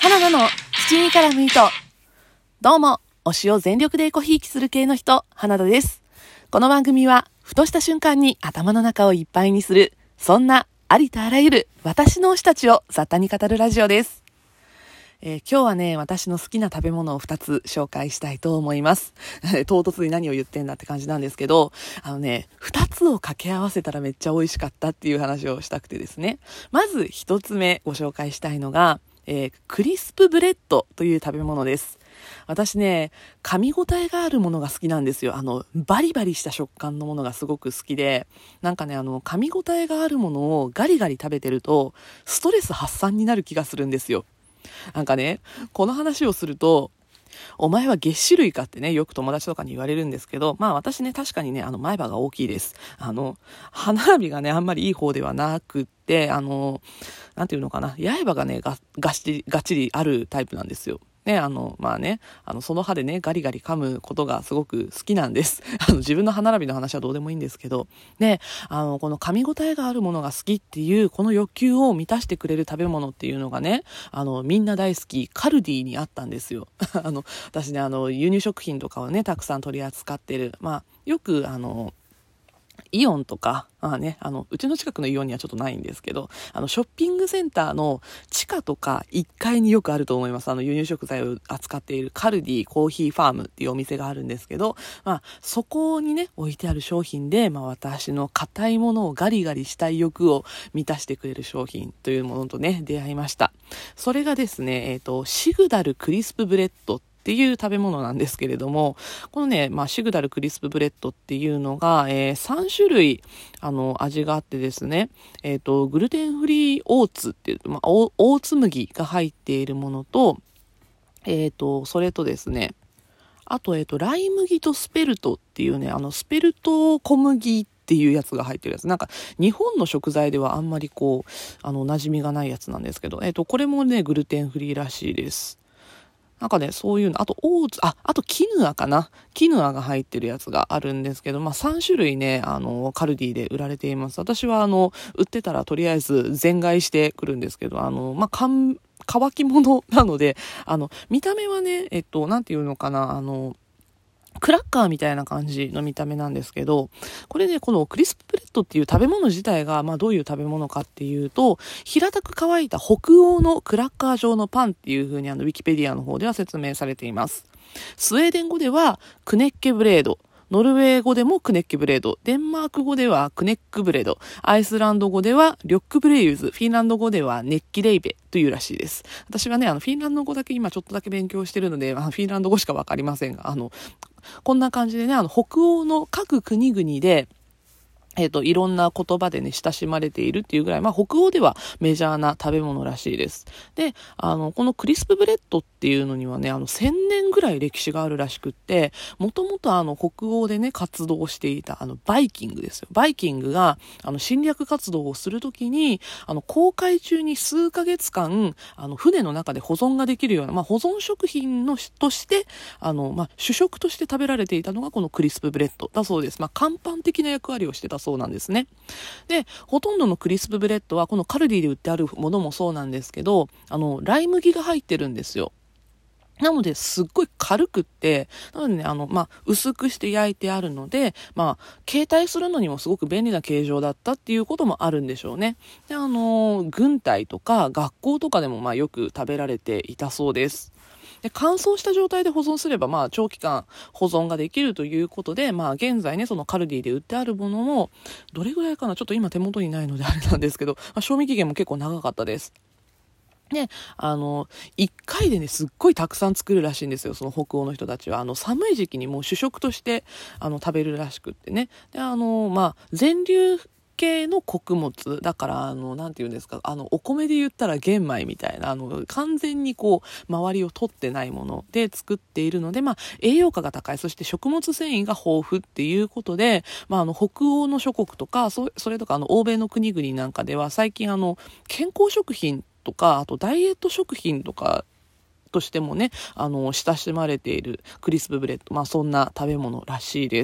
花田の七味からミート。どうも、推しを全力でエコひいきする系の人、花田です。この番組は、ふとした瞬間に頭の中をいっぱいにする、そんなありとあらゆる私の推したちを雑多に語るラジオです。今日はね、私の好きな食べ物を2つ紹介したいと思います。唐突に何を言ってんだって感じなんですけど、2つを掛け合わせたらめっちゃ美味しかったっていう話をしたくてですね。まず1つ目ご紹介したいのが、クリスプブレッドという食べ物です。私ね、噛み応えがあるものが好きなんですよ。バリバリした食感のものがすごく好きで、なんかね、噛み応えがあるものをガリガリ食べてると、ストレス発散になる気がするんですよ。なんかね、この話をすると、お前は月種類かってね、よく友達とかに言われるんですけど、まあ私ね、確かにね、前歯が大きいです。歯並びがね、あんまりいい方ではなくって、なんていうのかな、刃がね、がっちりあるタイプなんですよ。ね、まあね、その歯でね、ガリガリ噛むことがすごく好きなんです。自分の歯並びの話はどうでもいいんですけど、ね、この噛み応えがあるものが好きっていう、この欲求を満たしてくれる食べ物っていうのがね、みんな大好き、カルディにあったんですよ。私ね、輸入食品とかをね、たくさん取り扱ってる。まあ、よく、イオンとか、うちの近くのイオンにはちょっとないんですけど、ショッピングセンターの地下とか1階によくあると思います。輸入食材を扱っているカルディコーヒーファームっていうお店があるんですけど、まあ、そこにね、置いてある商品で、まあ、私の硬いものをガリガリしたい欲を満たしてくれる商品というものとね、出会いました。それがですね、シグダルクリスプブレッドっていう食べ物なんですけれども、このね、まあ、シグダルクリスプブレッドっていうのが、3種類、味があってですね、グルテンフリーオーツっていう、まあ、オーツ麦が入っているものと、それとですね、あと、ライ麦とスペルトっていうね、スペルト小麦っていうやつが入ってるやつ。なんか、日本の食材ではあんまりこう、馴染みがないやつなんですけど、これもね、グルテンフリーらしいです。なんかね、そういうの、あとあとキヌアかな。キヌアが入ってるやつがあるんですけど、まあ3種類ね、カルディで売られています。私は売ってたらとりあえず全買いしてくるんですけど、まあ乾き物なので、見た目はね、なんていうのかな、クラッカーみたいな感じの見た目なんですけど、これね、このクリスプブレッドっていう食べ物自体が、まあどういう食べ物かっていうと、平たく乾いた北欧のクラッカー状のパンっていう風にウィキペディアの方では説明されています。スウェーデン語ではクネッケブレード、ノルウェー語でもクネッケブレード、デンマーク語ではクネックブレード、アイスランド語ではリョックブレイユズ、フィンランド語ではネッキレイベというらしいです。私はね、フィンランド語だけ今ちょっとだけ勉強してるので、フィンランド語しかわかりませんが、こんな感じでね、北欧の各国々で、いろんな言葉でね、親しまれているっていうぐらい、まあ、北欧ではメジャーな食べ物らしいです。で、このクリスプブレッドっていうのにはね、1000年ぐらい歴史があるらしくって、もともと北欧でね、活動していた、バイキングですよ。バイキングが、侵略活動をするときに、航海中に数ヶ月間、船の中で保存ができるような、まあ、保存食品として、まあ、主食として食べられていたのがこのクリスプブレッドだそうです。まあ、乾パン的な役割をしてたそうなんですね。で、ほとんどのクリスプブレッドはこのカルディで売ってあるものもそうなんですけど、ライ麦が入ってるんですよ。なので、すっごい軽くって、なのでね、まあ、薄くして焼いてあるので、まあ、携帯するのにもすごく便利な形状だったっていうこともあるんでしょうね。で、軍隊とか学校とかでもまあ、よく食べられていたそうです。で、乾燥した状態で保存すれば、まあ、長期間保存ができるということで、まあ、現在ね、そのカルディで売ってあるものも、どれぐらいかな、ちょっと今手元にないのであれなんですけど、まあ、賞味期限も結構長かったです。で、一回でね、すっごいたくさん作るらしいんですよ、その北欧の人たちは。寒い時期にもう主食として、食べるらしくってね。で、まあ、全粒系の穀物だから、なんて言うんですか、お米で言ったら玄米みたいな、完全にこう、周りを取ってないもので作っているので、まあ、栄養価が高い、そして食物繊維が豊富っていうことで、まあ、北欧の諸国とか、それとか、欧米の国々なんかでは、最近、健康食品とか、あとダイエット食品とかとしてもね、親しまれているクリスプブレッド、まあそんな食べ物らしいです。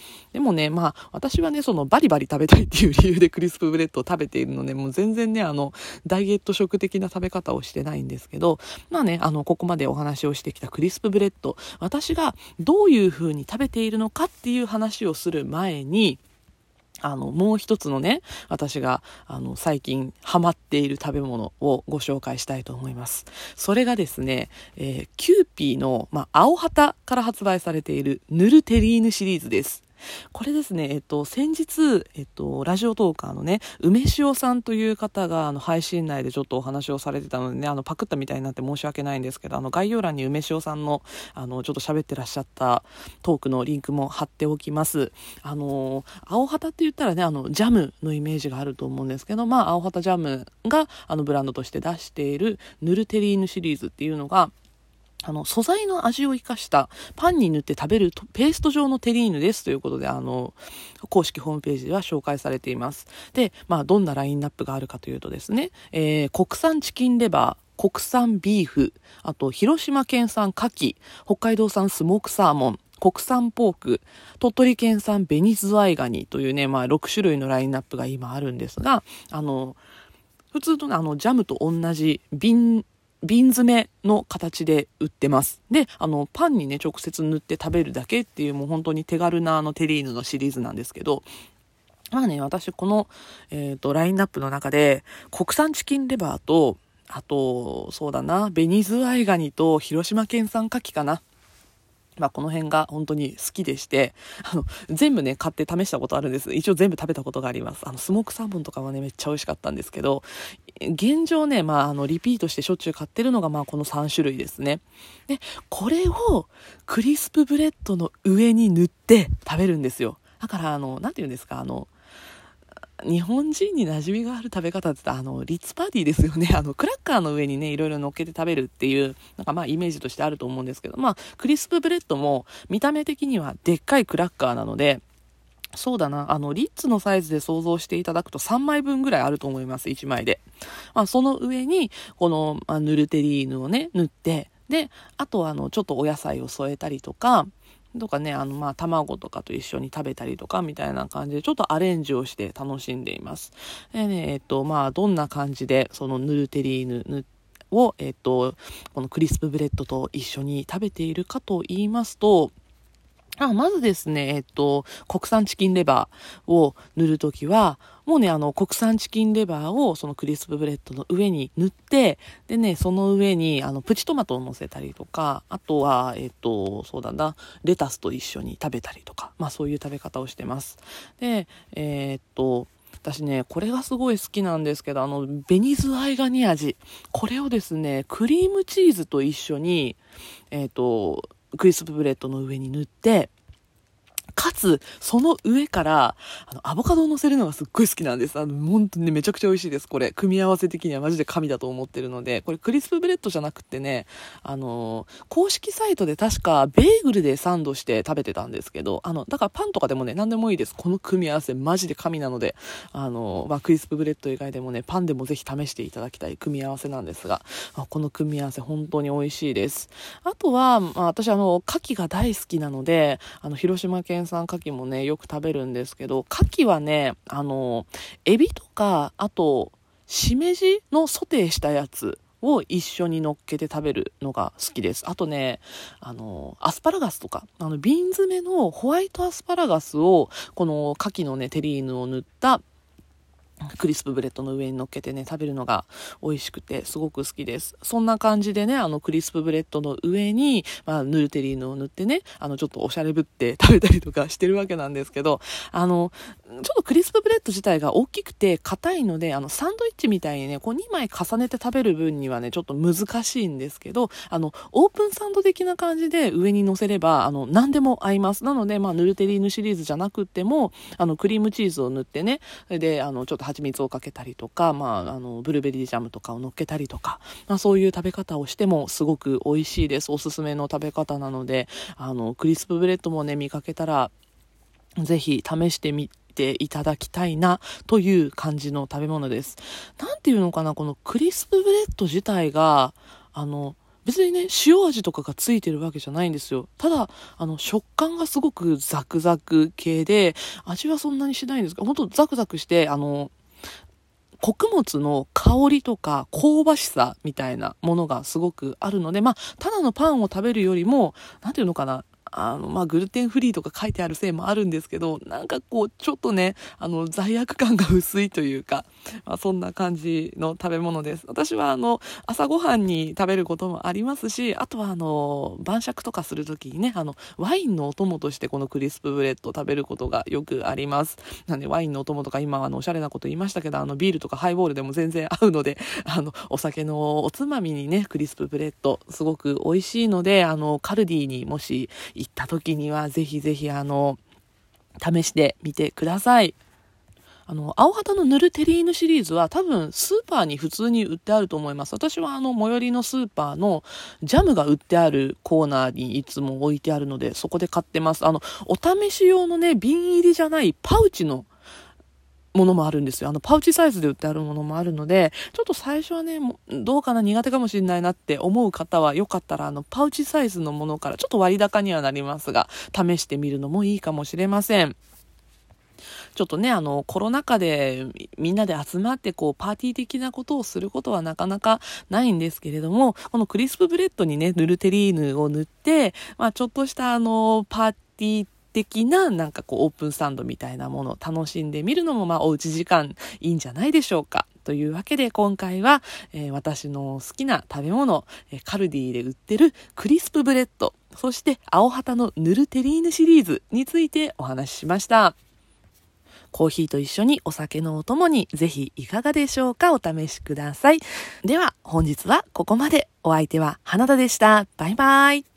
でもね、私はね、そのバリバリ食べたいっていう理由でクリスプブレッドを食べているので、もう全然ね、ダイエット食的な食べ方をしてないんですけど、ここまでお話をしてきたクリスプブレッド、私がどういう風に食べているのかっていう話をする前に、もう一つのね、私が、最近ハマっている食べ物をご紹介したいと思います。それがですね、キューピーの、青旗から発売されているヌルテリーヌシリーズです。これですね、先日、ラジオトーカーのね、梅塩さんという方が、配信内でちょっとお話をされてたのでね、パクったみたいになって申し訳ないんですけど、概要欄に梅塩さんの、ちょっと喋ってらっしゃったトークのリンクも貼っておきます。青旗って言ったらね、ジャムのイメージがあると思うんですけど、青旗ジャムが、ブランドとして出しているヌルテリーヌシリーズっていうのが、素材の味を生かしたパンに塗って食べるペースト状のテリーヌですということで、公式ホームページでは紹介されています。で、どんなラインナップがあるかというとですね、国産チキンレバー、国産ビーフ、あと広島県産牡蠣、北海道産スモークサーモン、国産ポーク、鳥取県産紅ズワイガニというね、6種類のラインナップが今あるんですが、普通のジャムと同じ瓶詰めの形で売ってます。で、パンにね、直接塗って食べるだけっていう、もう本当に手軽なテリーヌのシリーズなんですけど、私この、ラインナップの中で、国産チキンレバーと、あと、そうだな、紅ズワイガニと広島県産牡蠣かな。この辺が本当に好きでして、全部ね、買って試したことあるんです。一応全部食べたことがあります。スモークサーモンとかはね、めっちゃ美味しかったんですけど、現状ね、リピートしてしょっちゅう買ってるのが、この3種類ですね。で、これをクリスプブレッドの上に塗って食べるんですよ。だから、なんて言うんですか、日本人に馴染みがある食べ方って言ったら、リッツパーティーですよね。クラッカーの上にね、いろいろ乗っけて食べるっていう、イメージとしてあると思うんですけど、クリスプブレッドも見た目的にはでっかいクラッカーなので、そうだな、リッツのサイズで想像していただくと3枚分ぐらいあると思います、1枚で。その上に、この、ヌルテリーヌをね、塗って、で、あとちょっとお野菜を添えたりとかね、卵とかと一緒に食べたりとかみたいな感じで、ちょっとアレンジをして楽しんでいます。でね、どんな感じで、そのヌルテリーヌを、このクリスプブレッドと一緒に食べているかと言いますと、まずですね、国産チキンレバーを塗るときは、もうね、国産チキンレバーをそのクリスプブレッドの上に塗って、でね、その上に、プチトマトを乗せたりとか、あとは、そうだな、レタスと一緒に食べたりとか、そういう食べ方をしてます。で、私ね、これがすごい好きなんですけど、紅ズワイガニ味。これをですね、クリームチーズと一緒に、クリスプブレッドの上に塗って、かつ、その上から、アボカドを乗せるのがすっごい好きなんです。本当にね、めちゃくちゃ美味しいです。これ、組み合わせ的にはマジで神だと思ってるので、これクリスプブレッドじゃなくてね、公式サイトで確か、ベーグルでサンドして食べてたんですけど、だからパンとかでもね、何でもいいです。この組み合わせ、マジで神なので、クリスプブレッド以外でもね、パンでもぜひ試していただきたい組み合わせなんですが、この組み合わせ、本当に美味しいです。あとは、私、牡蠣が大好きなので、広島県産牡蠣もね、よく食べるんですけど、牡蠣はね、エビとか、あと、しめじのソテーしたやつを一緒に乗っけて食べるのが好きです。あとね、アスパラガスとか、瓶詰めのホワイトアスパラガスを、この牡蠣のね、テリーヌを塗ったクリスプブレッドの上に乗っけてね、食べるのが美味しくてすごく好きです。そんな感じでね、クリスプブレッドの上に、ヌルテリーヌを塗ってね、ちょっとおしゃれぶって食べたりとかしてるわけなんですけど、ちょっとクリスプブレッド自体が大きくて硬いので、サンドイッチみたいにね、こう2枚重ねて食べる分にはね、ちょっと難しいんですけど、オープンサンド的な感じで上に乗せれば、何でも合います。なので、ヌルテリーヌシリーズじゃなくても、クリームチーズを塗ってね、で、ちょっと蜂蜜をかけたりとか、ブルーベリージャムとかを乗っけたりとか、そういう食べ方をしてもすごく美味しいです。おすすめの食べ方なので、クリスプブレッドもね、見かけたら、ぜひ試してみていただきたいなという感じの食べ物です。なんていうのかな、このクリスプブレッド自体が、 別にね、塩味とかがついてるわけじゃないんですよ。ただ、食感がすごくザクザク系で、味はそんなにしないんですが、ほんとザクザクして、穀物の香りとか香ばしさみたいなものがすごくあるので、ただのパンを食べるよりも、なんていうのかな、グルテンフリーとか書いてあるせいもあるんですけど、なんかこう、ちょっとね、罪悪感が薄いというか、そんな感じの食べ物です。私は朝ごはんに食べることもありますし、あとは晩酌とかするときにね、ワインのお供としてこのクリスプブレッドを食べることがよくあります。なんで、ワインのお供とか今おしゃれなこと言いましたけど、ビールとかハイボールでも全然合うので、お酒のおつまみにね、クリスプブレッド、すごく美味しいので、カルディにもし行った時にはぜひぜひ試してみてください。青旗のヌルテリーヌシリーズは多分スーパーに普通に売ってあると思います。私は最寄りのスーパーのジャムが売ってあるコーナーにいつも置いてあるので、そこで買ってます。お試し用のね、瓶入りじゃないパウチのものもあるんですよ。パウチサイズで売ってあるものもあるので、ちょっと最初はね、どうかな、苦手かもしれないなって思う方は、よかったらパウチサイズのものからちょっと割高にはなりますが、試してみるのもいいかもしれません。ちょっとね、コロナ禍でみんなで集まってパーティー的なことをすることはなかなかないんですけれども、このクリスプブレッドにね、ヌルテリーヌを塗って、ちょっとしたパーティー的ななんかオープンサンドみたいなものを楽しんでみるのもおうち時間いいんじゃないでしょうか。というわけで今回は、私の好きな食べ物、カルディで売ってるクリスプブレッド、そして青旗のヌルテリーヌシリーズについてお話ししました。コーヒーと一緒にお酒のお供にぜひいかがでしょうか。お試しください。では本日はここまで。お相手は花田でした。バイバイ。